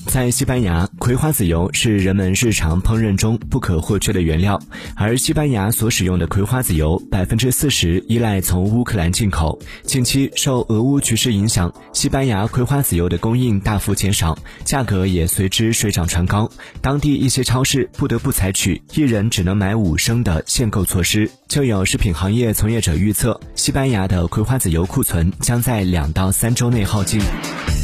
在西班牙，葵花籽油是人们日常烹饪中不可或缺的原料，而西班牙所使用的葵花籽油40%依赖从乌克兰进口。近期受俄乌局势影响，西班牙葵花籽油的供应大幅减少，价格也随之水涨船高。当地一些超市不得不采取一人只能买5升的限购措施。就有食品行业从业者预测，西班牙的葵花籽油库存将在2到3周内耗尽。